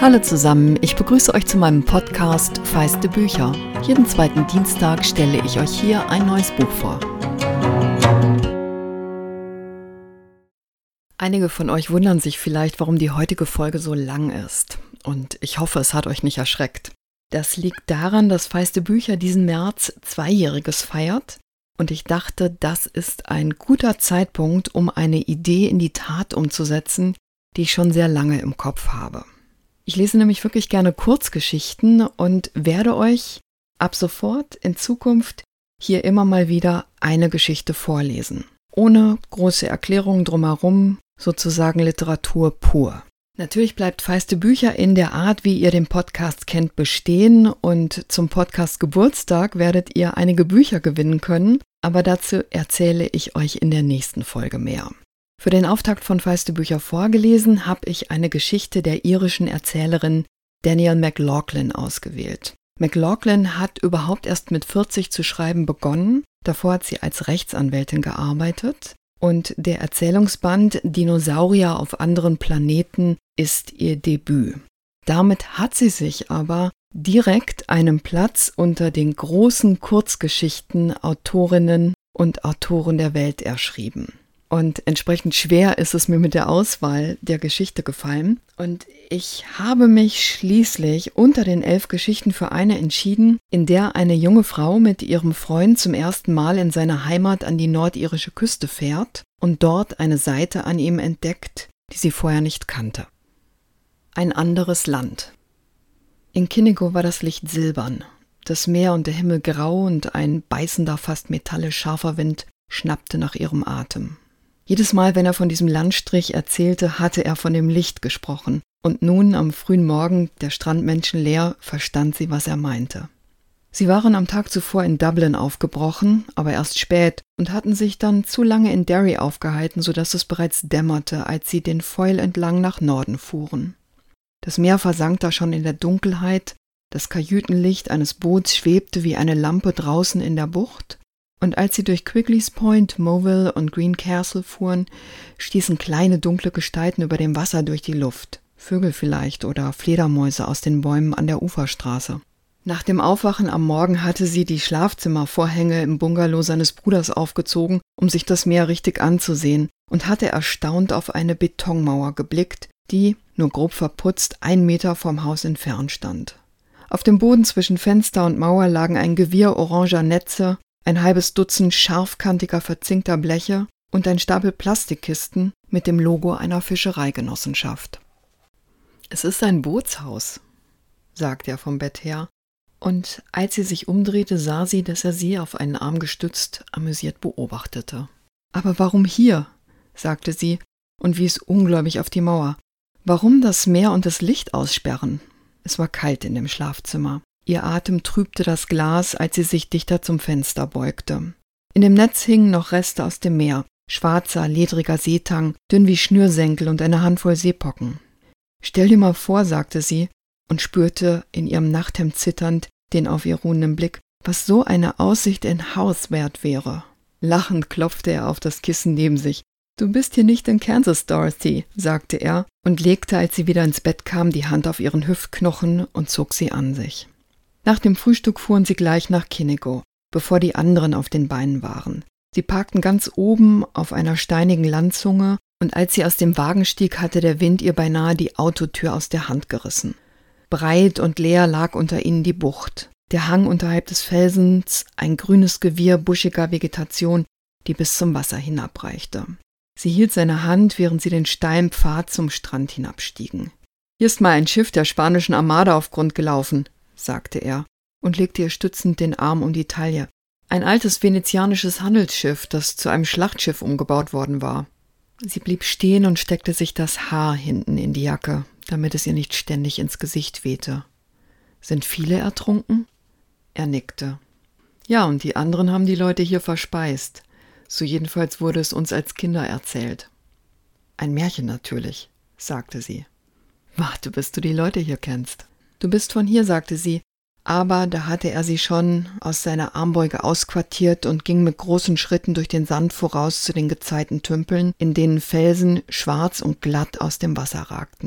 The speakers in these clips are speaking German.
Hallo zusammen, ich begrüße euch zu meinem Podcast Feiste Bücher. Jeden zweiten Dienstag stelle ich euch hier ein neues Buch vor. Einige von euch wundern sich vielleicht, warum die heutige Folge so lang ist. Und ich hoffe, es hat euch nicht erschreckt. Das liegt daran, dass Feiste Bücher diesen März 2-Jähriges feiert. Und ich dachte, das ist ein guter Zeitpunkt, um eine Idee in die Tat umzusetzen, die ich schon sehr lange im Kopf habe. Ich lese nämlich wirklich gerne Kurzgeschichten und werde euch ab sofort in Zukunft hier immer mal wieder eine Geschichte vorlesen. Ohne große Erklärungen drumherum, sozusagen Literatur pur. Natürlich bleibt Feiste Bücher in der Art, wie ihr den Podcast kennt, bestehen und zum Podcast Geburtstag werdet ihr einige Bücher gewinnen können, aber dazu erzähle ich euch in der nächsten Folge mehr. Für den Auftakt von Feiste Bücher vorgelesen habe ich eine Geschichte der irischen Erzählerin Danielle McLaughlin ausgewählt. McLaughlin hat überhaupt erst mit 40 zu schreiben begonnen. Davor hat sie als Rechtsanwältin gearbeitet. Und der Erzählungsband Dinosaurier auf anderen Planeten ist ihr Debüt. Damit hat sie sich aber direkt einen Platz unter den großen Kurzgeschichten-Autorinnen und Autoren der Welt erschrieben. Und entsprechend schwer ist es mir mit der Auswahl der Geschichte gefallen. Und ich habe mich schließlich unter den 11 Geschichten für eine entschieden, in der eine junge Frau mit ihrem Freund zum ersten Mal in seine Heimat an die nordirische Küste fährt und dort eine Seite an ihm entdeckt, die sie vorher nicht kannte. Ein anderes Land. In Kinnigo war das Licht silbern, das Meer und der Himmel grau und ein beißender, fast metallisch scharfer Wind schnappte nach ihrem Atem. Jedes Mal, wenn er von diesem Landstrich erzählte, hatte er von dem Licht gesprochen. Und nun, am frühen Morgen, der Strand menschenleer, verstand sie, was er meinte. Sie waren am Tag zuvor in Dublin aufgebrochen, aber erst spät, und hatten sich dann zu lange in Derry aufgehalten, sodass es bereits dämmerte, als sie den Foyle entlang nach Norden fuhren. Das Meer versank da schon in der Dunkelheit, das Kajütenlicht eines Boots schwebte wie eine Lampe draußen in der Bucht, und als sie durch Quigley's Point, Moville und Green Castle fuhren, stießen kleine dunkle Gestalten über dem Wasser durch die Luft. Vögel vielleicht oder Fledermäuse aus den Bäumen an der Uferstraße. Nach dem Aufwachen am Morgen hatte sie die Schlafzimmervorhänge im Bungalow seines Bruders aufgezogen, um sich das Meer richtig anzusehen, und hatte erstaunt auf eine Betonmauer geblickt, die, nur grob verputzt, 1 Meter vom Haus entfernt stand. Auf dem Boden zwischen Fenster und Mauer lagen ein Gewirr oranger Netze, ein halbes Dutzend scharfkantiger, verzinkter Bleche und ein Stapel Plastikkisten mit dem Logo einer Fischereigenossenschaft. »Es ist ein Bootshaus«, sagte er vom Bett her, und als sie sich umdrehte, sah sie, dass er sie auf einen Arm gestützt, amüsiert beobachtete. »Aber warum hier?«, sagte sie und wies ungläubig auf die Mauer. »Warum das Meer und das Licht aussperren?« Es war kalt in dem Schlafzimmer. Ihr Atem trübte das Glas, als sie sich dichter zum Fenster beugte. In dem Netz hingen noch Reste aus dem Meer, schwarzer, ledriger Seetang, dünn wie Schnürsenkel und eine Handvoll Seepocken. »Stell dir mal vor«, sagte sie und spürte in ihrem Nachthemd zitternd den auf ihr ruhenden Blick, was so eine Aussicht in Haus wert wäre. Lachend klopfte er auf das Kissen neben sich. »Du bist hier nicht in Kansas, Dorothy«, sagte er und legte, als sie wieder ins Bett kam, die Hand auf ihren Hüftknochen und zog sie an sich. Nach dem Frühstück fuhren sie gleich nach Kinnigo, bevor die anderen auf den Beinen waren. Sie parkten ganz oben auf einer steinigen Landzunge, und als sie aus dem Wagen stieg, hatte der Wind ihr beinahe die Autotür aus der Hand gerissen. Breit und leer lag unter ihnen die Bucht. Der Hang unterhalb des Felsens, ein grünes Gewirr buschiger Vegetation, die bis zum Wasser hinabreichte. Sie hielt seine Hand, während sie den steilen Pfad zum Strand hinabstiegen. »Hier ist mal ein Schiff der spanischen Armada auf Grund gelaufen«, sagte er und legte ihr stützend den Arm um die Taille. »Ein altes venezianisches Handelsschiff, das zu einem Schlachtschiff umgebaut worden war.« Sie blieb stehen und steckte sich das Haar hinten in die Jacke, damit es ihr nicht ständig ins Gesicht wehte. »Sind viele ertrunken?« Er nickte. »Ja, und die anderen haben die Leute hier verspeist. So jedenfalls wurde es uns als Kinder erzählt.« »Ein Märchen natürlich«, sagte sie. »Warte, bis du die Leute hier kennst.« »Du bist von hier«, sagte sie, aber da hatte er sie schon aus seiner Armbeuge ausquartiert und ging mit großen Schritten durch den Sand voraus zu den gezeiten Tümpeln, in denen Felsen schwarz und glatt aus dem Wasser ragten.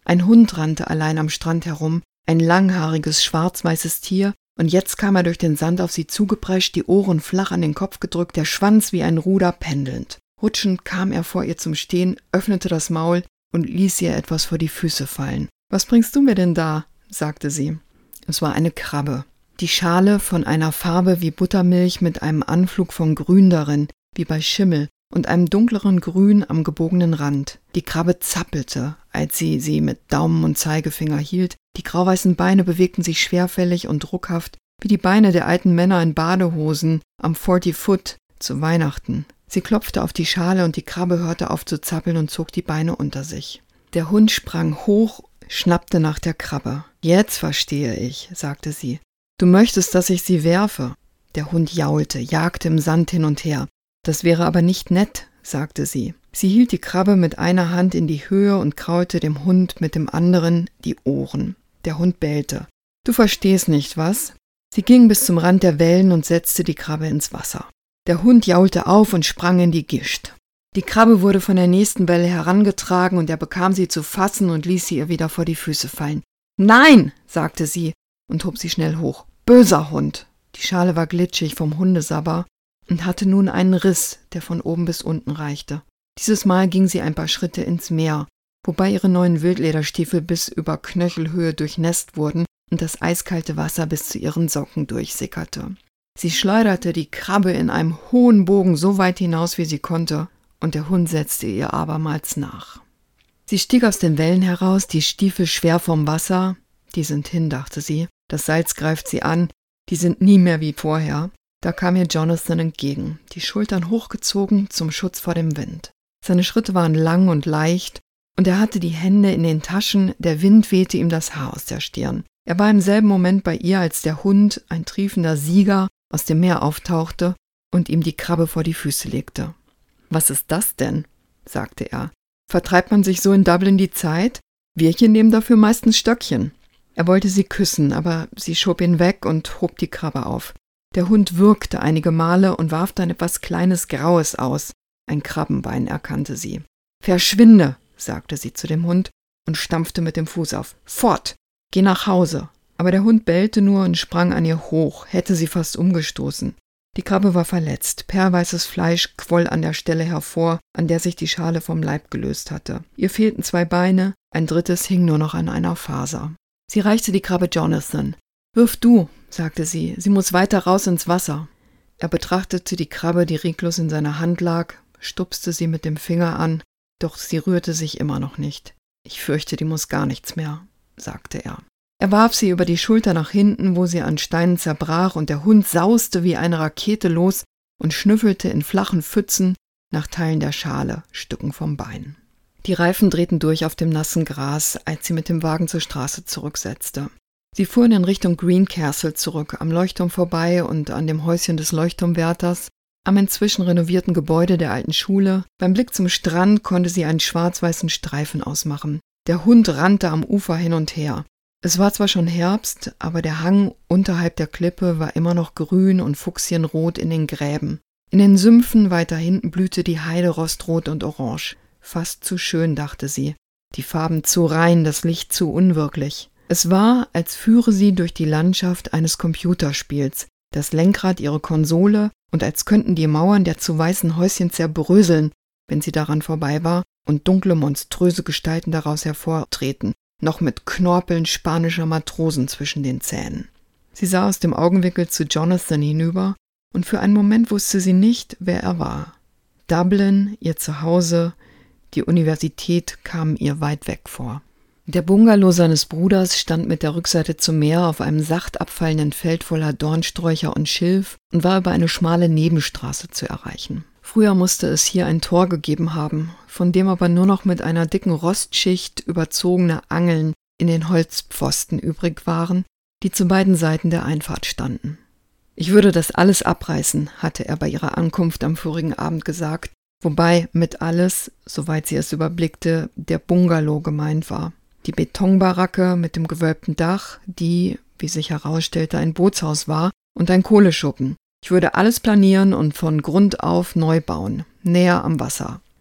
Ein Hund rannte allein am Strand herum, ein langhaariges, schwarz-weißes Tier, und jetzt kam er durch den Sand auf sie zugeprescht, die Ohren flach an den Kopf gedrückt, der Schwanz wie ein Ruder pendelnd. Rutschend kam er vor ihr zum Stehen, öffnete das Maul und ließ ihr etwas vor die Füße fallen. »Was bringst du mir denn da?« sagte sie. Es war eine Krabbe. Die Schale von einer Farbe wie Buttermilch mit einem Anflug von Grün darin, wie bei Schimmel, und einem dunkleren Grün am gebogenen Rand. Die Krabbe zappelte, als sie mit Daumen und Zeigefinger hielt. Die grauweißen Beine bewegten sich schwerfällig und druckhaft, wie die Beine der alten Männer in Badehosen am 40 Foot zu Weihnachten. Sie klopfte auf die Schale und die Krabbe hörte auf zu zappeln und zog die Beine unter sich. Der Hund sprang hoch, schnappte nach der Krabbe. »Jetzt verstehe ich«, sagte sie. »Du möchtest, dass ich sie werfe?« Der Hund jaulte, jagte im Sand hin und her. »Das wäre aber nicht nett«, sagte sie. Sie hielt die Krabbe mit einer Hand in die Höhe und kraulte dem Hund mit dem anderen die Ohren. Der Hund bellte. »Du verstehst nicht, was?« Sie ging bis zum Rand der Wellen und setzte die Krabbe ins Wasser. Der Hund jaulte auf und sprang in die Gischt. Die Krabbe wurde von der nächsten Welle herangetragen und er bekam sie zu fassen und ließ sie ihr wieder vor die Füße fallen. »Nein«, sagte sie und hob sie schnell hoch. »Böser Hund!« Die Schale war glitschig vom Hundesabber und hatte nun einen Riss, der von oben bis unten reichte. Dieses Mal ging sie ein paar Schritte ins Meer, wobei ihre neuen Wildlederstiefel bis über Knöchelhöhe durchnässt wurden und das eiskalte Wasser bis zu ihren Socken durchsickerte. Sie schleuderte die Krabbe in einem hohen Bogen so weit hinaus, wie sie konnte, und der Hund setzte ihr abermals nach. Sie stieg aus den Wellen heraus, die Stiefel schwer vom Wasser. Die sind hin, dachte sie. Das Salz greift sie an. Die sind nie mehr wie vorher. Da kam ihr Jonathan entgegen, die Schultern hochgezogen zum Schutz vor dem Wind. Seine Schritte waren lang und leicht, und er hatte die Hände in den Taschen, der Wind wehte ihm das Haar aus der Stirn. Er war im selben Moment bei ihr, als der Hund, ein triefender Sieger, aus dem Meer auftauchte und ihm die Krabbe vor die Füße legte. »Was ist das denn?« sagte er. »Vertreibt man sich so in Dublin die Zeit? Wir hier nehmen dafür meistens Stöckchen.« Er wollte sie küssen, aber sie schob ihn weg und hob die Krabbe auf. Der Hund würgte einige Male und warf dann etwas Kleines Graues aus. Ein Krabbenbein, erkannte sie. »Verschwinde«, sagte sie zu dem Hund und stampfte mit dem Fuß auf. »Fort! Geh nach Hause!« Aber der Hund bellte nur und sprang an ihr hoch, hätte sie fast umgestoßen. Die Krabbe war verletzt, perlweißes Fleisch quoll an der Stelle hervor, an der sich die Schale vom Leib gelöst hatte. Ihr fehlten 2 Beine, ein drittes hing nur noch an einer Faser. Sie reichte die Krabbe Jonathan. »Wirf du«, sagte sie muss weiter raus ins Wasser. Er betrachtete die Krabbe, die reglos in seiner Hand lag, stupste sie mit dem Finger an, doch sie rührte sich immer noch nicht. »Ich fürchte, die muss gar nichts mehr«, sagte er. Er warf sie über die Schulter nach hinten, wo sie an Steinen zerbrach, und der Hund sauste wie eine Rakete los und schnüffelte in flachen Pfützen nach Teilen der Schale, Stücken vom Bein. Die Reifen drehten durch auf dem nassen Gras, als sie mit dem Wagen zur Straße zurücksetzte. Sie fuhren in Richtung Greencastle zurück, am Leuchtturm vorbei und an dem Häuschen des Leuchtturmwärters, am inzwischen renovierten Gebäude der alten Schule. Beim Blick zum Strand konnte sie einen schwarz-weißen Streifen ausmachen. Der Hund rannte am Ufer hin und her. Es war zwar schon Herbst, aber der Hang unterhalb der Klippe war immer noch grün und fuchsienrot in den Gräben. In den Sümpfen weiter hinten blühte die Heide rostrot und orange. Fast zu schön, dachte sie. Die Farben zu rein, das Licht zu unwirklich. Es war, als führe sie durch die Landschaft eines Computerspiels, das Lenkrad ihre Konsole, und als könnten die Mauern der zu weißen Häuschen zerbröseln, wenn sie daran vorbei war, und dunkle, monströse Gestalten daraus hervortreten, noch mit Knorpeln spanischer Matrosen zwischen den Zähnen. Sie sah aus dem Augenwinkel zu Jonathan hinüber, und für einen Moment wusste sie nicht, wer er war. Dublin, ihr Zuhause, die Universität kamen ihr weit weg vor. Der Bungalow seines Bruders stand mit der Rückseite zum Meer auf einem sacht abfallenden Feld voller Dornsträucher und Schilf und war über eine schmale Nebenstraße zu erreichen. Früher musste es hier ein Tor gegeben haben, von dem aber nur noch mit einer dicken Rostschicht überzogene Angeln in den Holzpfosten übrig waren, die zu beiden Seiten der Einfahrt standen. »Ich würde das alles abreißen«, hatte er bei ihrer Ankunft am vorigen Abend gesagt, wobei mit alles, soweit sie es überblickte, der Bungalow gemeint war. Die Betonbaracke mit dem gewölbten Dach, die, wie sich herausstellte, ein Bootshaus war, und ein Kohleschuppen. Ich würde alles planieren und von Grund auf neu bauen, näher am Wasser.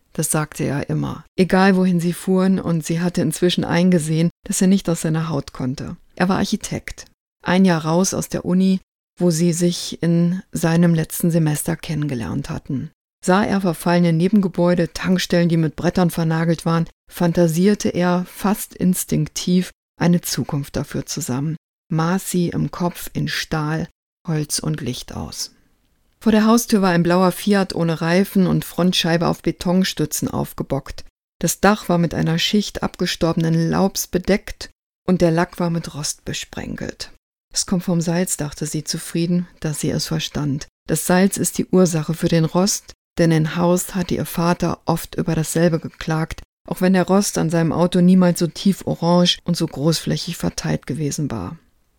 Das sagte er immer, egal wohin sie fuhren, und sie hatte inzwischen eingesehen, dass er nicht aus seiner Haut konnte. Er war Architekt, ein Jahr raus aus der Uni, wo sie sich in seinem letzten Semester kennengelernt hatten. Sah er verfallene Nebengebäude, Tankstellen, die mit Brettern vernagelt waren, fantasierte er fast instinktiv eine Zukunft dafür zusammen, maß sie im Kopf in Stahl, Holz und Licht aus. Vor der Haustür war ein blauer Fiat ohne Reifen und Frontscheibe auf Betonstützen aufgebockt. Das Dach war mit einer Schicht abgestorbenen Laubs bedeckt und der Lack war mit Rost besprenkelt. Es kommt vom Salz, dachte sie zufrieden, dass sie es verstand. Das Salz ist die Ursache für den Rost, denn in Haus hatte ihr Vater oft über dasselbe geklagt, auch wenn der Rost an seinem Auto niemals so tief orange und so großflächig verteilt gewesen war.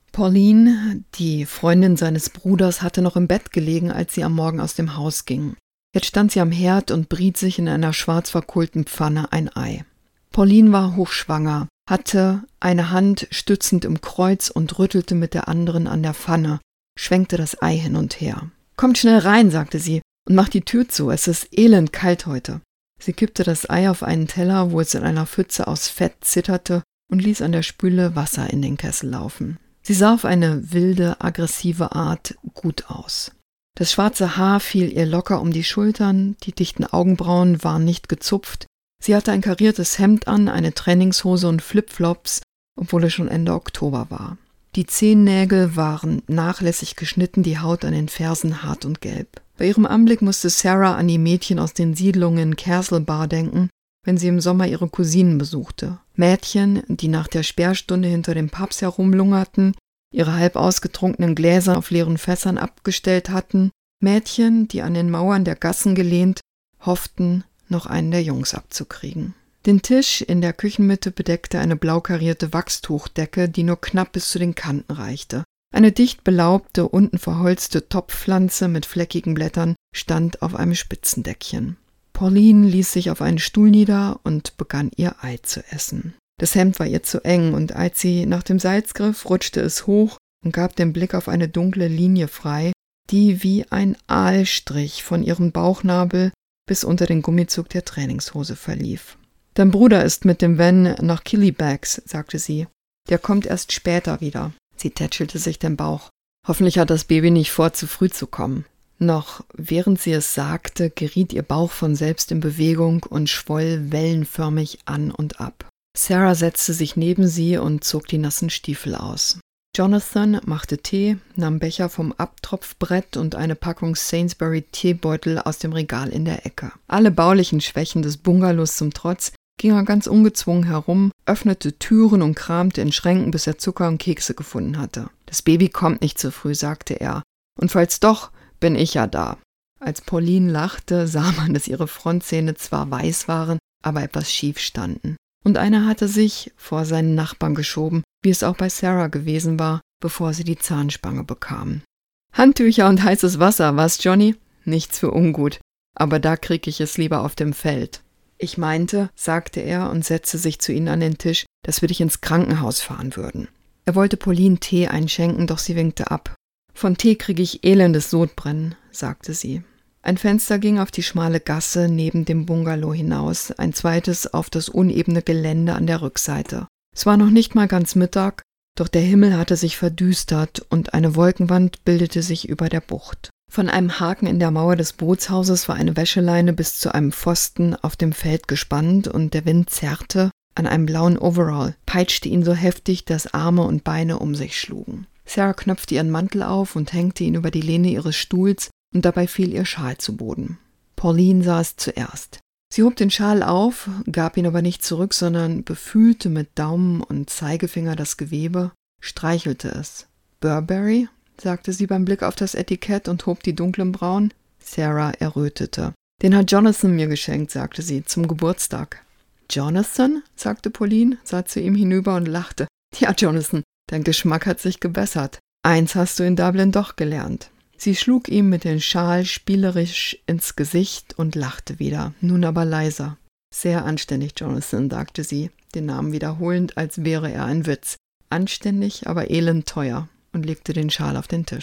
Pauline, die Freundin seines Bruders, hatte noch im Bett gelegen, als sie am Morgen aus dem Haus ging. Jetzt stand sie am Herd und briet sich in einer schwarz verkohlten Pfanne ein Ei. Pauline war hochschwanger, hatte eine Hand stützend im Kreuz und rüttelte mit der anderen an der Pfanne, schwenkte das Ei hin und her. »Kommt schnell rein«, sagte sie, »und macht die Tür zu, es ist elend kalt heute.« Sie kippte das Ei auf einen Teller, wo es in einer Pfütze aus Fett zitterte, und ließ an der Spüle Wasser in den Kessel laufen. Sie sah auf eine wilde, aggressive Art gut aus. Das schwarze Haar fiel ihr locker um die Schultern, die dichten Augenbrauen waren nicht gezupft, sie hatte ein kariertes Hemd an, eine Trainingshose und Flipflops, obwohl es schon Ende Oktober war. Die Zehennägel waren nachlässig geschnitten, die Haut an den Fersen hart und gelb. Bei ihrem Anblick musste Sarah an die Mädchen aus den Siedlungen in Castle Bar denken, wenn sie im Sommer ihre Cousinen besuchte. Mädchen, die nach der Sperrstunde hinter den Pubs herumlungerten, ihre halb ausgetrunkenen Gläser auf leeren Fässern abgestellt hatten. Mädchen, die an den Mauern der Gassen gelehnt, hofften, noch einen der Jungs abzukriegen. Den Tisch in der Küchenmitte bedeckte eine blau karierte Wachstuchdecke, die nur knapp bis zu den Kanten reichte. Eine dicht belaubte, unten verholzte Topfpflanze mit fleckigen Blättern stand auf einem Spitzendeckchen. Pauline ließ sich auf einen Stuhl nieder und begann ihr Ei zu essen. Das Hemd war ihr zu eng, und als sie nach dem Salz griff, rutschte es hoch und gab den Blick auf eine dunkle Linie frei, die wie ein Aalstrich von ihrem Bauchnabel bis unter den Gummizug der Trainingshose verlief. »Dein Bruder ist mit dem Van nach Killybegs«, sagte sie. »Der kommt erst später wieder.« Sie tätschelte sich den Bauch. Hoffentlich hat das Baby nicht vor, zu früh zu kommen. Noch während sie es sagte, geriet ihr Bauch von selbst in Bewegung und schwoll wellenförmig an und ab. Sarah setzte sich neben sie und zog die nassen Stiefel aus. Jonathan machte Tee, nahm Becher vom Abtropfbrett und eine Packung Sainsbury-Teebeutel aus dem Regal in der Ecke. Alle baulichen Schwächen des Bungalows zum Trotz ging er ganz ungezwungen herum, öffnete Türen und kramte in Schränken, bis er Zucker und Kekse gefunden hatte. »Das Baby kommt nicht zu früh«, sagte er. »Und falls doch, bin ich ja da.« Als Pauline lachte, sah man, dass ihre Frontzähne zwar weiß waren, aber etwas schief standen. Und einer hatte sich vor seinen Nachbarn geschoben, wie es auch bei Sarah gewesen war, bevor sie die Zahnspange bekam. »Handtücher und heißes Wasser, was, Johnny?« »Nichts für ungut, aber da krieg ich es lieber auf dem Feld.« »Ich meinte«, sagte er und setzte sich zu ihnen an den Tisch, »dass wir dich ins Krankenhaus fahren würden.« Er wollte Pauline Tee einschenken, doch sie winkte ab. »Von Tee kriege ich elendes Sodbrennen«, sagte sie. Ein Fenster ging auf die schmale Gasse neben dem Bungalow hinaus, ein zweites auf das unebene Gelände an der Rückseite. Es war noch nicht mal ganz Mittag, doch der Himmel hatte sich verdüstert und eine Wolkenwand bildete sich über der Bucht. Von einem Haken in der Mauer des Bootshauses war eine Wäscheleine bis zu einem Pfosten auf dem Feld gespannt und der Wind zerrte an einem blauen Overall, peitschte ihn so heftig, dass Arme und Beine um sich schlugen. Sarah knöpfte ihren Mantel auf und hängte ihn über die Lehne ihres Stuhls, und dabei fiel ihr Schal zu Boden. Pauline sah es zuerst. Sie hob den Schal auf, gab ihn aber nicht zurück, sondern befühlte mit Daumen und Zeigefinger das Gewebe, streichelte es. »Burberry?«, sagte sie beim Blick auf das Etikett und hob die dunklen Brauen. Sarah errötete. »Den hat Jonathan mir geschenkt«, sagte sie, »zum Geburtstag.« »Jonathan?«, sagte Pauline, sah zu ihm hinüber und lachte. »Ja, Jonathan, dein Geschmack hat sich gebessert. Eins hast du in Dublin doch gelernt.« Sie schlug ihm mit dem Schal spielerisch ins Gesicht und lachte wieder, nun aber leiser. »Sehr anständig, Jonathan«, sagte sie, den Namen wiederholend, als wäre er ein Witz. »Anständig, aber elend teuer«, und legte den Schal auf den Tisch.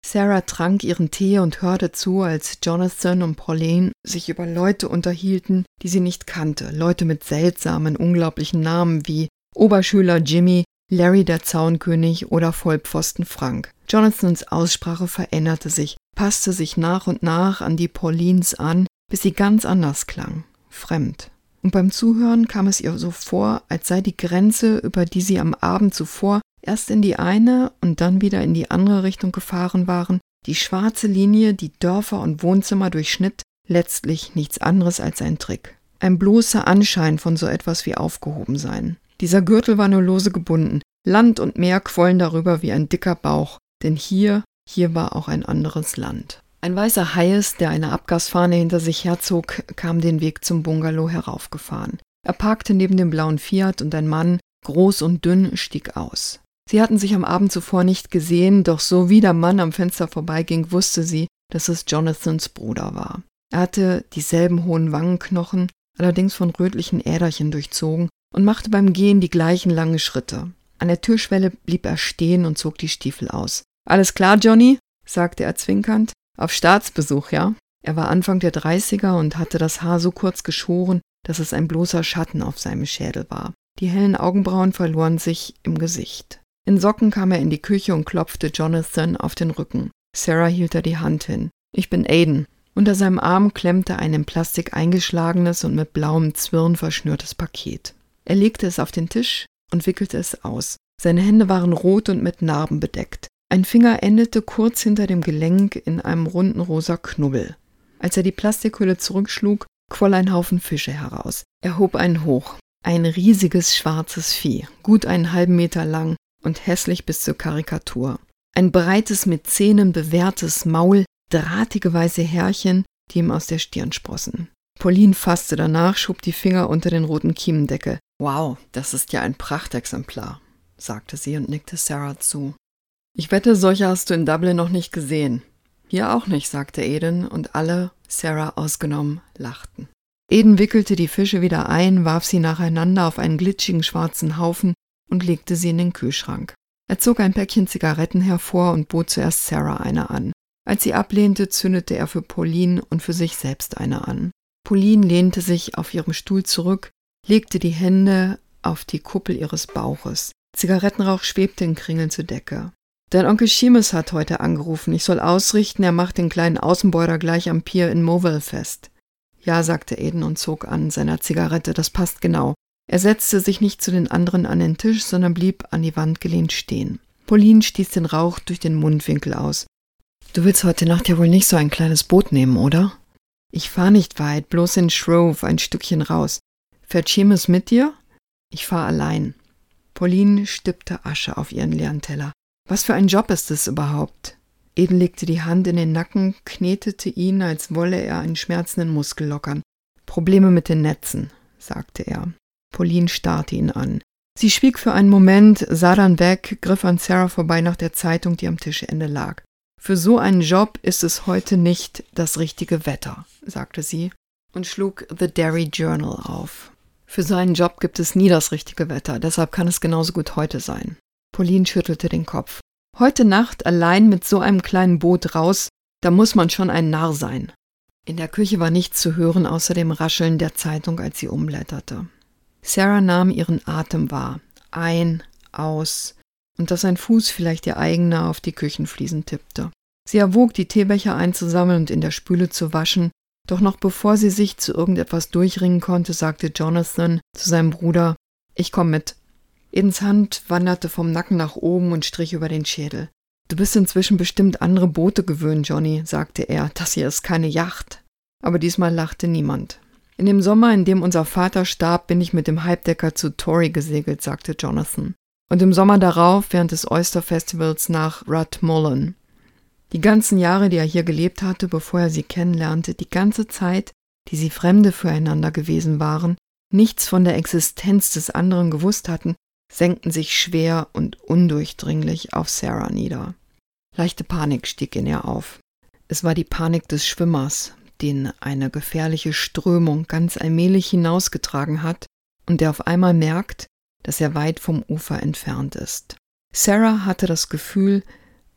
Sarah trank ihren Tee und hörte zu, als Jonathan und Pauline sich über Leute unterhielten, die sie nicht kannte. Leute mit seltsamen, unglaublichen Namen wie Oberschüler Jimmy, Larry der Zaunkönig oder Vollpfosten Frank. Jonathans Aussprache veränderte sich, passte sich nach und nach an die Paulines an, bis sie ganz anders klang, fremd. Und beim Zuhören kam es ihr so vor, als sei die Grenze, über die sie am Abend zuvor erst in die eine und dann wieder in die andere Richtung gefahren waren, die schwarze Linie, die Dörfer und Wohnzimmer durchschnitt, letztlich nichts anderes als ein Trick. Ein bloßer Anschein von so etwas wie Aufgehobensein. Dieser Gürtel war nur lose gebunden. Land und Meer quollen darüber wie ein dicker Bauch, denn hier war auch ein anderes Land. Ein weißer Hiace, der eine Abgasfahne hinter sich herzog, kam den Weg zum Bungalow heraufgefahren. Er parkte neben dem blauen Fiat und ein Mann, groß und dünn, stieg aus. Sie hatten sich am Abend zuvor nicht gesehen, doch so wie der Mann am Fenster vorbeiging, wusste sie, dass es Jonathans Bruder war. Er hatte dieselben hohen Wangenknochen, allerdings von rötlichen Äderchen durchzogen, und machte beim Gehen die gleichen langen Schritte. An der Türschwelle blieb er stehen und zog die Stiefel aus. »Alles klar, Johnny?« sagte er zwinkernd. »Auf Staatsbesuch, ja?« Er war Anfang der 30er und hatte das Haar so kurz geschoren, dass es ein bloßer Schatten auf seinem Schädel war. Die hellen Augenbrauen verloren sich im Gesicht. In Socken kam er in die Küche und klopfte Jonathan auf den Rücken. Sarah hielt er die Hand hin. »Ich bin Aiden.« Unter seinem Arm klemmte ein in Plastik eingeschlagenes und mit blauem Zwirn verschnürtes Paket. Er legte es auf den Tisch und wickelte es aus. Seine Hände waren rot und mit Narben bedeckt. Ein Finger endete kurz hinter dem Gelenk in einem runden rosa Knubbel. Als er die Plastikhülle zurückschlug, quoll ein Haufen Fische heraus. Er hob einen hoch. Ein riesiges schwarzes Vieh, gut einen halben Meter lang und hässlich bis zur Karikatur. Ein breites, mit Zähnen bewehrtes Maul, drahtige weiße Härchen, die ihm aus der Stirn sprossen. Pauline fasste danach, schob die Finger unter den roten Kiemendeckel. »Wow, das ist ja ein Prachtexemplar«, sagte sie und nickte Sarah zu. »Ich wette, solche hast du in Dublin noch nicht gesehen.« »Hier auch nicht«, sagte Aiden, und alle, Sarah ausgenommen, lachten. Aiden wickelte die Fische wieder ein, warf sie nacheinander auf einen glitschigen schwarzen Haufen und legte sie in den Kühlschrank. Er zog ein Päckchen Zigaretten hervor und bot zuerst Sarah eine an. Als sie ablehnte, zündete er für Pauline und für sich selbst eine an. Pauline lehnte sich auf ihrem Stuhl zurück, legte die Hände auf die Kuppel ihres Bauches. Zigarettenrauch schwebte in Kringeln zur Decke. »Dein Onkel Seamus hat heute angerufen. Ich soll ausrichten, er macht den kleinen Außenborder gleich am Pier in Moville fest.« »Ja«, sagte Aiden und zog an seiner Zigarette, »das passt genau.« Er setzte sich nicht zu den anderen an den Tisch, sondern blieb an die Wand gelehnt stehen. Pauline stieß den Rauch durch den Mundwinkel aus. »Du willst heute Nacht ja wohl nicht so ein kleines Boot nehmen, oder?« »Ich fahr nicht weit, bloß in Shrove, ein Stückchen raus. Fährt Seamus mit dir?« »Ich fahr allein.« Pauline stippte Asche auf ihren leeren Teller. »Was für ein Job ist es überhaupt?« Aiden legte die Hand in den Nacken, knetete ihn, als wolle er einen schmerzenden Muskel lockern. »Probleme mit den Netzen«, sagte er. Pauline starrte ihn an. Sie schwieg für einen Moment, sah dann weg, griff an Sarah vorbei nach der Zeitung, die am Tischende lag. »Für so einen Job ist es heute nicht das richtige Wetter«, sagte sie und schlug The Derry Journal auf. »Für so einen Job gibt es nie das richtige Wetter, deshalb kann es genauso gut heute sein.« Pauline schüttelte den Kopf. »Heute Nacht allein mit so einem kleinen Boot raus, da muss man schon ein Narr sein.« In der Küche war nichts zu hören außer dem Rascheln der Zeitung, als sie umblätterte. Sarah nahm ihren Atem wahr. Ein, aus, und dass ein Fuß, vielleicht ihr eigener, auf die Küchenfliesen tippte. Sie erwog, die Teebecher einzusammeln und in der Spüle zu waschen, doch noch bevor sie sich zu irgendetwas durchringen konnte, sagte Jonathan zu seinem Bruder, »Ich komm mit.« Aidens Hand wanderte vom Nacken nach oben und strich über den Schädel. »Du bist inzwischen bestimmt andere Boote gewöhnt, Johnny«, sagte er, »das hier ist keine Yacht.« Aber diesmal lachte niemand. »In dem Sommer, in dem unser Vater starb, bin ich mit dem Halbdecker zu Tory gesegelt«, sagte Jonathan. »Und im Sommer darauf, während des Oyster-Festivals, nach Rathmullen. Die ganzen Jahre, die er hier gelebt hatte, bevor er sie kennenlernte, die ganze Zeit, die sie Fremde füreinander gewesen waren, nichts von der Existenz des anderen gewusst hatten, senkten sich schwer und undurchdringlich auf Sarah nieder. Leichte Panik stieg in ihr auf. Es war die Panik des Schwimmers, den eine gefährliche Strömung ganz allmählich hinausgetragen hat und der auf einmal merkt, dass er weit vom Ufer entfernt ist. Sarah hatte das Gefühl,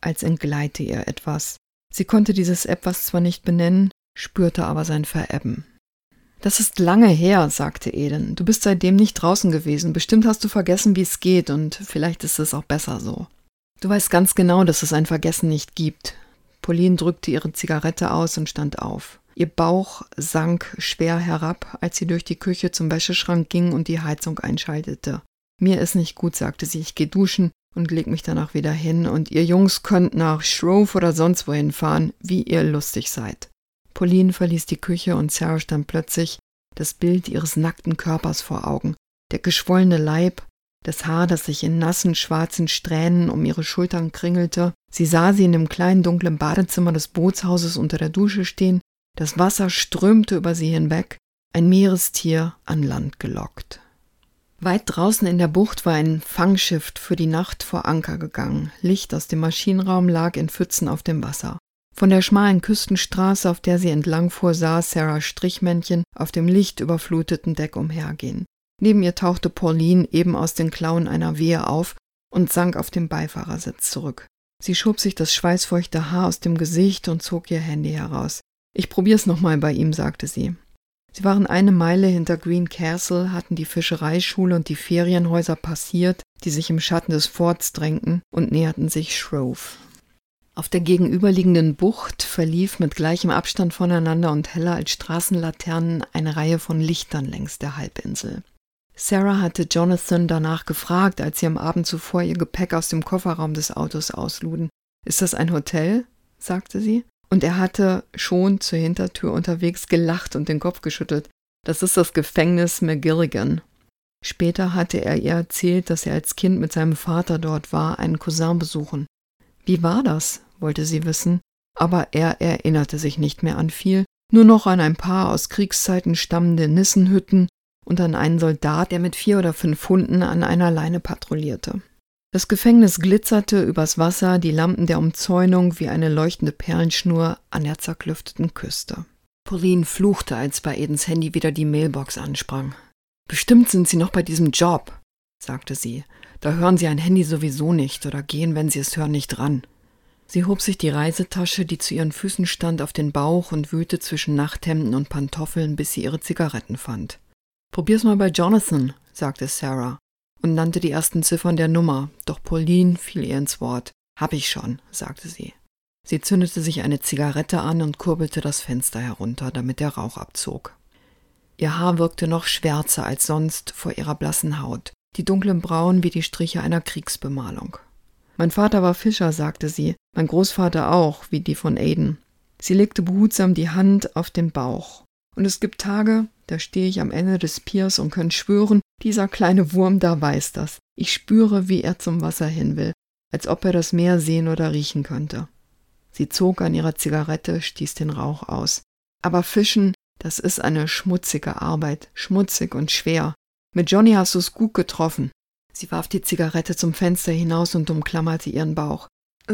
als entgleite ihr etwas. Sie konnte dieses Etwas zwar nicht benennen, spürte aber sein Verebben. »Das ist lange her«, sagte Eden. »Du bist seitdem nicht draußen gewesen. Bestimmt hast du vergessen, wie es geht, und vielleicht ist es auch besser so. Du weißt ganz genau, dass es ein Vergessen nicht gibt.« Pauline drückte ihre Zigarette aus und stand auf. Ihr Bauch sank schwer herab, als sie durch die Küche zum Wäscheschrank ging und die Heizung einschaltete. »Mir ist nicht gut«, sagte sie. »Ich gehe duschen und leg mich danach wieder hin, und ihr Jungs könnt nach Shrove oder sonst wohin fahren, wie ihr lustig seid.« Pauline verließ die Küche und Sarah stand plötzlich das Bild ihres nackten Körpers vor Augen. Der geschwollene Leib, das Haar, das sich in nassen, schwarzen Strähnen um ihre Schultern kringelte. Sie sah sie in dem kleinen, dunklen Badezimmer des Bootshauses unter der Dusche stehen. Das Wasser strömte über sie hinweg, ein Meerestier an Land gelockt. Weit draußen in der Bucht war ein Fangschiff für die Nacht vor Anker gegangen. Licht aus dem Maschinenraum lag in Pfützen auf dem Wasser. Von der schmalen Küstenstraße, auf der sie entlangfuhr, sah Sarah Strichmännchen auf dem lichtüberfluteten Deck umhergehen. Neben ihr tauchte Pauline eben aus den Klauen einer Wehe auf und sank auf dem Beifahrersitz zurück. Sie schob sich das schweißfeuchte Haar aus dem Gesicht und zog ihr Handy heraus. »Ich probier's nochmal bei ihm«, sagte sie. Sie waren 1 Meile hinter Green Castle, hatten die Fischereischule und die Ferienhäuser passiert, die sich im Schatten des Forts drängten, und näherten sich Shrove. Auf der gegenüberliegenden Bucht verlief mit gleichem Abstand voneinander und heller als Straßenlaternen eine Reihe von Lichtern längs der Halbinsel. Sarah hatte Jonathan danach gefragt, als sie am Abend zuvor ihr Gepäck aus dem Kofferraum des Autos ausluden. »Ist das ein Hotel?« sagte sie. Und er hatte schon zur Hintertür unterwegs gelacht und den Kopf geschüttelt. »Das ist das Gefängnis McGilligan.« Später hatte er ihr erzählt, dass er als Kind mit seinem Vater dort war, einen Cousin besuchen. Wie war das, wollte sie wissen, aber er erinnerte sich nicht mehr an viel, nur noch an ein paar aus Kriegszeiten stammende Nissenhütten und an einen Soldat, der mit 4 oder 5 Hunden an einer Leine patrouillierte. Das Gefängnis glitzerte übers Wasser, die Lampen der Umzäunung wie eine leuchtende Perlenschnur an der zerklüfteten Küste. Pauline fluchte, als bei Edens Handy wieder die Mailbox ansprang. »Bestimmt sind Sie noch bei diesem Job«, sagte sie. »Da hören Sie ein Handy sowieso nicht oder gehen, wenn Sie es hören, nicht ran.« Sie hob sich die Reisetasche, die zu ihren Füßen stand, auf den Bauch und wühlte zwischen Nachthemden und Pantoffeln, bis sie ihre Zigaretten fand. »Probier's mal bei Jonathan«, sagte Sarah und nannte die ersten Ziffern der Nummer, doch Pauline fiel ihr ins Wort. »Hab ich schon«, sagte sie. Sie zündete sich eine Zigarette an und kurbelte das Fenster herunter, damit der Rauch abzog. Ihr Haar wirkte noch schwärzer als sonst vor ihrer blassen Haut, die dunklen Brauen wie die Striche einer Kriegsbemalung. »Mein Vater war Fischer«, sagte sie, »mein Großvater auch, wie die von Aiden.« Sie legte behutsam die Hand auf den Bauch. »Und es gibt Tage, da stehe ich am Ende des Piers und kann schwören, dieser kleine Wurm da weiß das. Ich spüre, wie er zum Wasser hin will, als ob er das Meer sehen oder riechen könnte.« Sie zog an ihrer Zigarette, stieß den Rauch aus. »Aber Fischen, das ist eine schmutzige Arbeit, schmutzig und schwer. Mit Johnny hast du es gut getroffen.« Sie warf die Zigarette zum Fenster hinaus und umklammerte ihren Bauch.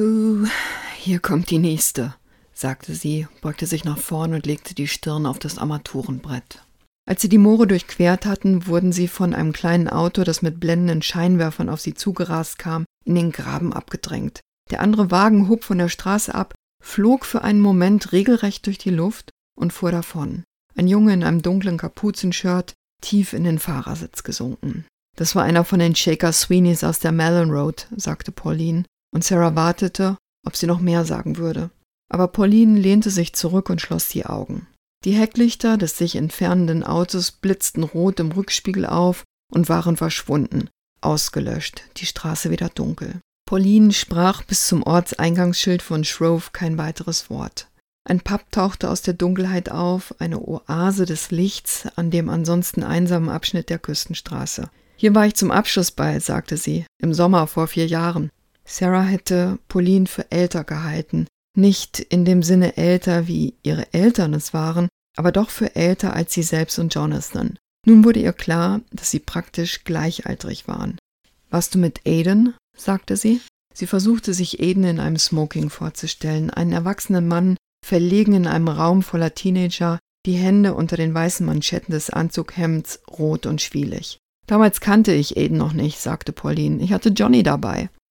Hier kommt die nächste«, sagte sie, beugte sich nach vorn und legte die Stirn auf das Armaturenbrett. Als sie die Moore durchquert hatten, wurden sie von einem kleinen Auto, das mit blendenden Scheinwerfern auf sie zugerast kam, in den Graben abgedrängt. Der andere Wagen hob von der Straße ab, flog für einen Moment regelrecht durch die Luft und fuhr davon. Ein Junge in einem dunklen Kapuzenshirt, tief in den Fahrersitz gesunken. »Das war einer von den Shaker Sweeneys aus der Mellon Road«, sagte Pauline, und Sarah wartete, ob sie noch mehr sagen würde. Aber Pauline lehnte sich zurück und schloss die Augen. Die Hecklichter des sich entfernenden Autos blitzten rot im Rückspiegel auf und waren verschwunden, ausgelöscht, die Straße wieder dunkel. Pauline sprach bis zum Ortseingangsschild von Shrove kein weiteres Wort. Ein Pub tauchte aus der Dunkelheit auf, eine Oase des Lichts an dem ansonsten einsamen Abschnitt der Küstenstraße. »Hier war ich zum Abschluss bei«, sagte sie, »im Sommer vor 4 Jahren.« Sarah hätte Pauline für älter gehalten, nicht in dem Sinne älter, wie ihre Eltern es waren, aber doch für älter als sie selbst und Jonathan. Nun wurde ihr klar, dass sie praktisch gleichaltrig waren. »Warst du mit Aiden?«, sagte sie. Sie versuchte sich Aiden in einem Smoking vorzustellen, einen erwachsenen Mann, verlegen in einem Raum voller Teenager, die Hände unter den weißen Manschetten des Anzughemds, rot und schwielig. »Damals kannte ich Aiden noch nicht«, sagte Pauline. »Ich hatte Johnny dabei.«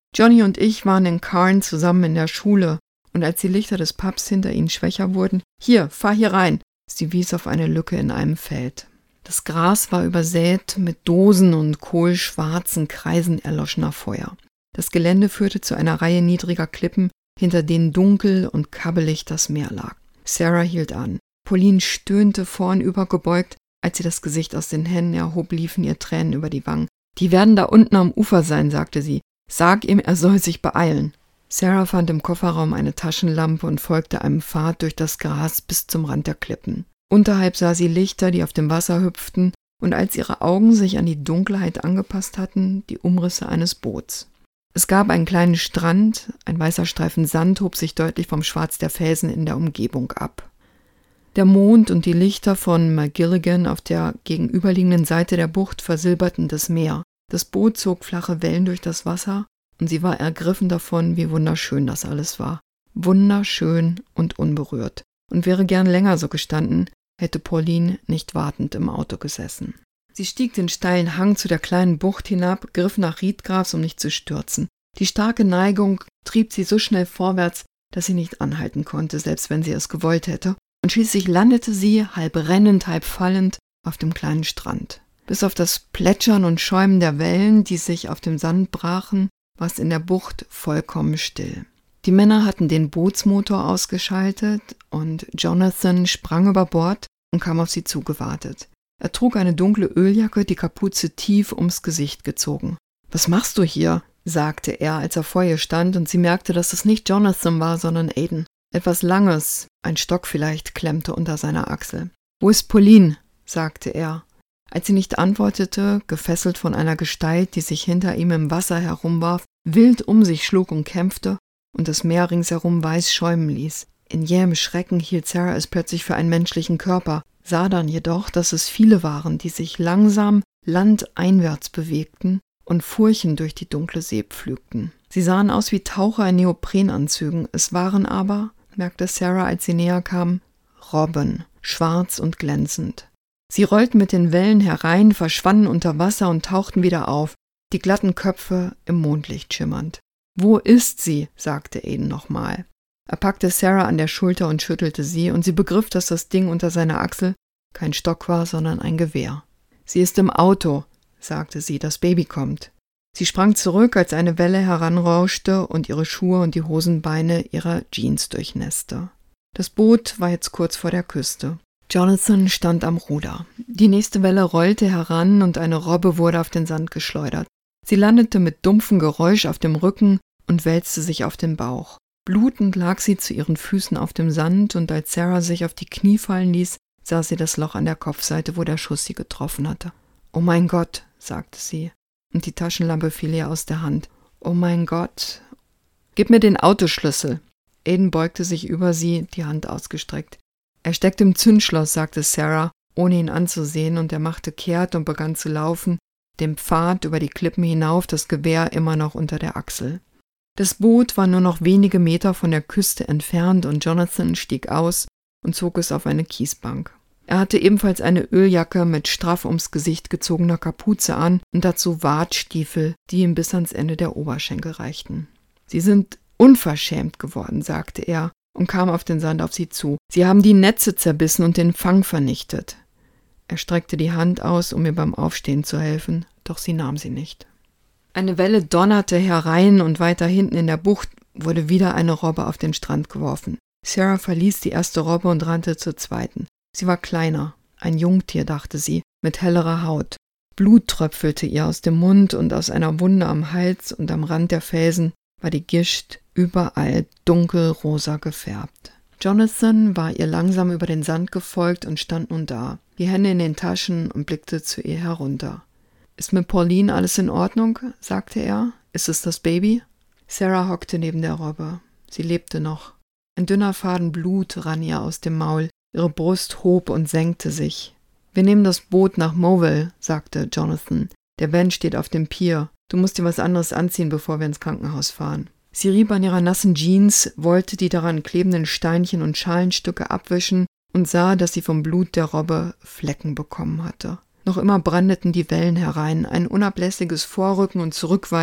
Johnny und ich waren in Cairn zusammen in der Schule, und als die Lichter des Pubs hinter ihnen schwächer wurden, »Hier, fahr hier rein«, sie wies auf eine Lücke in einem Feld. Das Gras war übersät mit Dosen und kohlschwarzen Kreisen erloschener Feuer. Das Gelände führte zu einer Reihe niedriger Klippen, hinter denen dunkel und kabbelig das Meer lag. Sarah hielt an. Pauline stöhnte vornüber gebeugt. Als sie das Gesicht aus den Händen erhob, liefen ihr Tränen über die Wangen. »Die werden da unten am Ufer sein«, sagte sie. »Sag ihm, er soll sich beeilen.« Sarah fand im Kofferraum eine Taschenlampe und folgte einem Pfad durch das Gras bis zum Rand der Klippen. Unterhalb sah sie Lichter, die auf dem Wasser hüpften, und als ihre Augen sich an die Dunkelheit angepasst hatten, die Umrisse eines Boots. Es gab einen kleinen Strand, ein weißer Streifen Sand hob sich deutlich vom Schwarz der Felsen in der Umgebung ab. Der Mond und die Lichter von Magilligan auf der gegenüberliegenden Seite der Bucht versilberten das Meer. Das Boot zog flache Wellen durch das Wasser, und sie war ergriffen davon, wie wunderschön das alles war. Wunderschön und unberührt. Und wäre gern länger so gestanden, hätte Pauline nicht wartend im Auto gesessen. Sie stieg den steilen Hang zu der kleinen Bucht hinab, griff nach Riedgras, um nicht zu stürzen. Die starke Neigung trieb sie so schnell vorwärts, dass sie nicht anhalten konnte, selbst wenn sie es gewollt hätte, und schließlich landete sie, halb rennend, halb fallend, auf dem kleinen Strand. Bis auf das Plätschern und Schäumen der Wellen, die sich auf dem Sand brachen, war es in der Bucht vollkommen still. Die Männer hatten den Bootsmotor ausgeschaltet und Jonathan sprang über Bord und kam auf sie zugewartet. Er trug eine dunkle Öljacke, die Kapuze tief ums Gesicht gezogen. »Was machst du hier?« sagte er, als er vor ihr stand, und sie merkte, dass es nicht Jonathan war, sondern Aiden. Etwas Langes, ein Stock vielleicht, klemmte unter seiner Achsel. »Wo ist Pauline?« sagte er. Als sie nicht antwortete, gefesselt von einer Gestalt, die sich hinter ihm im Wasser herumwarf, wild um sich schlug und kämpfte und das Meer ringsherum weiß schäumen ließ. In jähem Schrecken hielt Sarah es plötzlich für einen menschlichen Körper, sah dann jedoch, dass es viele waren, die sich langsam landeinwärts bewegten und Furchen durch die dunkle See pflügten. Sie sahen aus wie Taucher in Neoprenanzügen, es waren aber, merkte Sarah, als sie näher kam, Robben, schwarz und glänzend. Sie rollten mit den Wellen herein, verschwanden unter Wasser und tauchten wieder auf, die glatten Köpfe im Mondlicht schimmernd. »Wo ist sie?« sagte Aiden nochmal. Er packte Sarah an der Schulter und schüttelte sie, und sie begriff, dass das Ding unter seiner Achsel kein Stock war, sondern ein Gewehr. »Sie ist im Auto«, sagte sie, »das Baby kommt.« Sie sprang zurück, als eine Welle heranrauschte und ihre Schuhe und die Hosenbeine ihrer Jeans durchnässte. Das Boot war jetzt kurz vor der Küste. Jonathan stand am Ruder. Die nächste Welle rollte heran und eine Robbe wurde auf den Sand geschleudert. Sie landete mit dumpfem Geräusch auf dem Rücken und wälzte sich auf den Bauch. Blutend lag sie zu ihren Füßen auf dem Sand, und als Sarah sich auf die Knie fallen ließ, sah sie das Loch an der Kopfseite, wo der Schuss sie getroffen hatte. »Oh mein Gott«, sagte sie, und die Taschenlampe fiel ihr aus der Hand. »Oh mein Gott. Gib mir den Autoschlüssel.« Aiden beugte sich über sie, die Hand ausgestreckt. »Er steckt im Zündschloss«, sagte Sarah, ohne ihn anzusehen, und er machte kehrt und begann zu laufen, den Pfad über die Klippen hinauf, das Gewehr immer noch unter der Achsel. Das Boot war nur noch wenige Meter von der Küste entfernt, und Jonathan stieg aus und zog es auf eine Kiesbank. Er hatte ebenfalls eine Öljacke mit straff ums Gesicht gezogener Kapuze an und dazu Wartstiefel, die ihm bis ans Ende der Oberschenkel reichten. »Sie sind unverschämt geworden«, sagte er und kam auf den Sand auf sie zu. »Sie haben die Netze zerbissen und den Fang vernichtet.« Er streckte die Hand aus, um ihr beim Aufstehen zu helfen, doch sie nahm sie nicht. Eine Welle donnerte herein, und weiter hinten in der Bucht wurde wieder eine Robbe auf den Strand geworfen. Sarah verließ die erste Robbe und rannte zur zweiten. Sie war kleiner, ein Jungtier, dachte sie, mit hellerer Haut. Blut tröpfelte ihr aus dem Mund, und aus einer Wunde am Hals und am Rand der Felsen war die Gischt überall dunkelrosa gefärbt. Jonathan war ihr langsam über den Sand gefolgt und stand nun da, die Hände in den Taschen, und blickte zu ihr herunter. »Ist mit Pauline alles in Ordnung?« sagte er. »Ist es das Baby?« Sarah hockte neben der Robbe. Sie lebte noch. Ein dünner Faden Blut rann ihr aus dem Maul. Ihre Brust hob und senkte sich. »Wir nehmen das Boot nach Moville«, sagte Jonathan. »Der Ben steht auf dem Pier. Du musst dir was anderes anziehen, bevor wir ins Krankenhaus fahren.« Sie rieb an ihrer nassen Jeans, wollte die daran klebenden Steinchen und Schalenstücke abwischen und sah, dass sie vom Blut der Robbe Flecken bekommen hatte. Noch immer brandeten die Wellen herein, ein unablässiges Vorrücken und Zurückweichen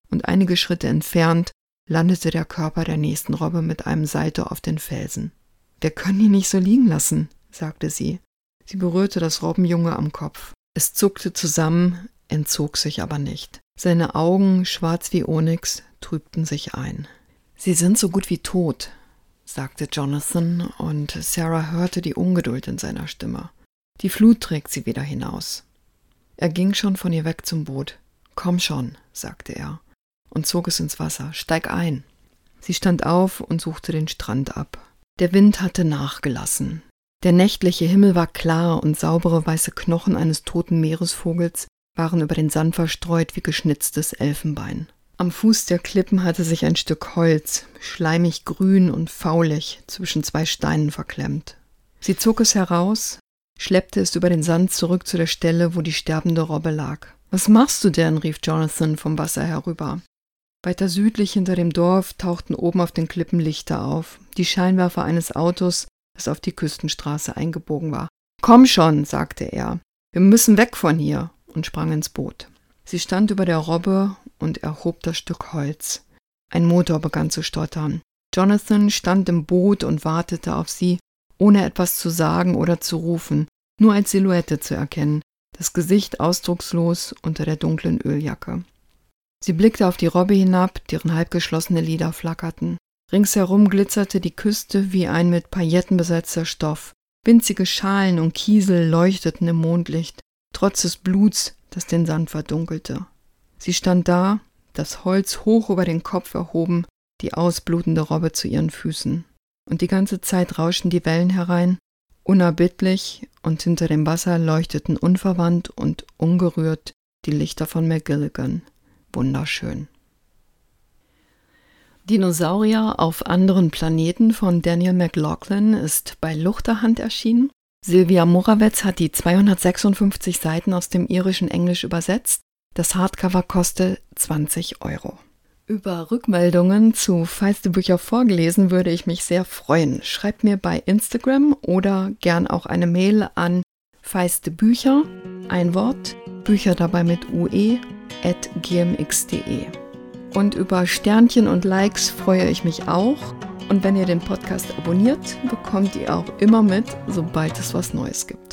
und einige Schritte entfernt landete der Körper der nächsten Robbe mit einem Salto auf den Felsen. »Wir können ihn nicht so liegen lassen«, sagte sie. Sie berührte das Robbenjunge am Kopf. Es zuckte zusammen, entzog sich aber nicht. Seine Augen, schwarz wie Onyx, trübten sich ein. »Sie sind so gut wie tot«, sagte Jonathan, und Sarah hörte die Ungeduld in seiner Stimme. »Die Flut trägt sie wieder hinaus.« Er ging schon von ihr weg zum Boot. »Komm schon«, sagte er und zog es ins Wasser. »Steig ein.« Sie stand auf und suchte den Strand ab. Der Wind hatte nachgelassen. Der nächtliche Himmel war klar und saubere weiße Knochen eines toten Meeresvogels waren über den Sand verstreut wie geschnitztes Elfenbein. Am Fuß der Klippen hatte sich ein Stück Holz, schleimig grün und faulig, zwischen zwei Steinen verklemmt. Sie zog es heraus, schleppte es über den Sand zurück zu der Stelle, wo die sterbende Robbe lag. »Was machst du denn?« rief Jonathan vom Wasser herüber. Weiter südlich hinter dem Dorf tauchten oben auf den Klippen Lichter auf, die Scheinwerfer eines Autos, das auf die Küstenstraße eingebogen war. »Komm schon«, sagte er, »wir müssen weg von hier«, und sprang ins Boot. Sie stand über der Robbe und erhob das Stück Holz. Ein Motor begann zu stottern. Jonathan stand im Boot und wartete auf sie, ohne etwas zu sagen oder zu rufen, nur als Silhouette zu erkennen, das Gesicht ausdruckslos unter der dunklen Öljacke. Sie blickte auf die Robbe hinab, deren halbgeschlossene Lider flackerten. Ringsherum glitzerte die Küste wie ein mit Pailletten besetzter Stoff. Winzige Schalen und Kiesel leuchteten im Mondlicht, trotz des Bluts, das den Sand verdunkelte. Sie stand da, das Holz hoch über den Kopf erhoben, die ausblutende Robbe zu ihren Füßen. Und die ganze Zeit rauschten die Wellen herein, unerbittlich, und hinter dem Wasser leuchteten unverwandt und ungerührt die Lichter von McGilligan. Wunderschön. Dinosaurier auf anderen Planeten von Daniel McLaughlin ist bei Luchterhand erschienen. Silvia Morawetz hat die 256 Seiten aus dem irischen Englisch übersetzt. Das Hardcover kostet 20 €. Über Rückmeldungen zu Feiste Bücher vorgelesen würde ich mich sehr freuen. Schreibt mir bei Instagram oder gern auch eine Mail an feistebücher, ein Wort, Bücher dabei mit ue, @gmx.de. Und über Sternchen und Likes freue ich mich auch. Und wenn ihr den Podcast abonniert, bekommt ihr auch immer mit, sobald es was Neues gibt.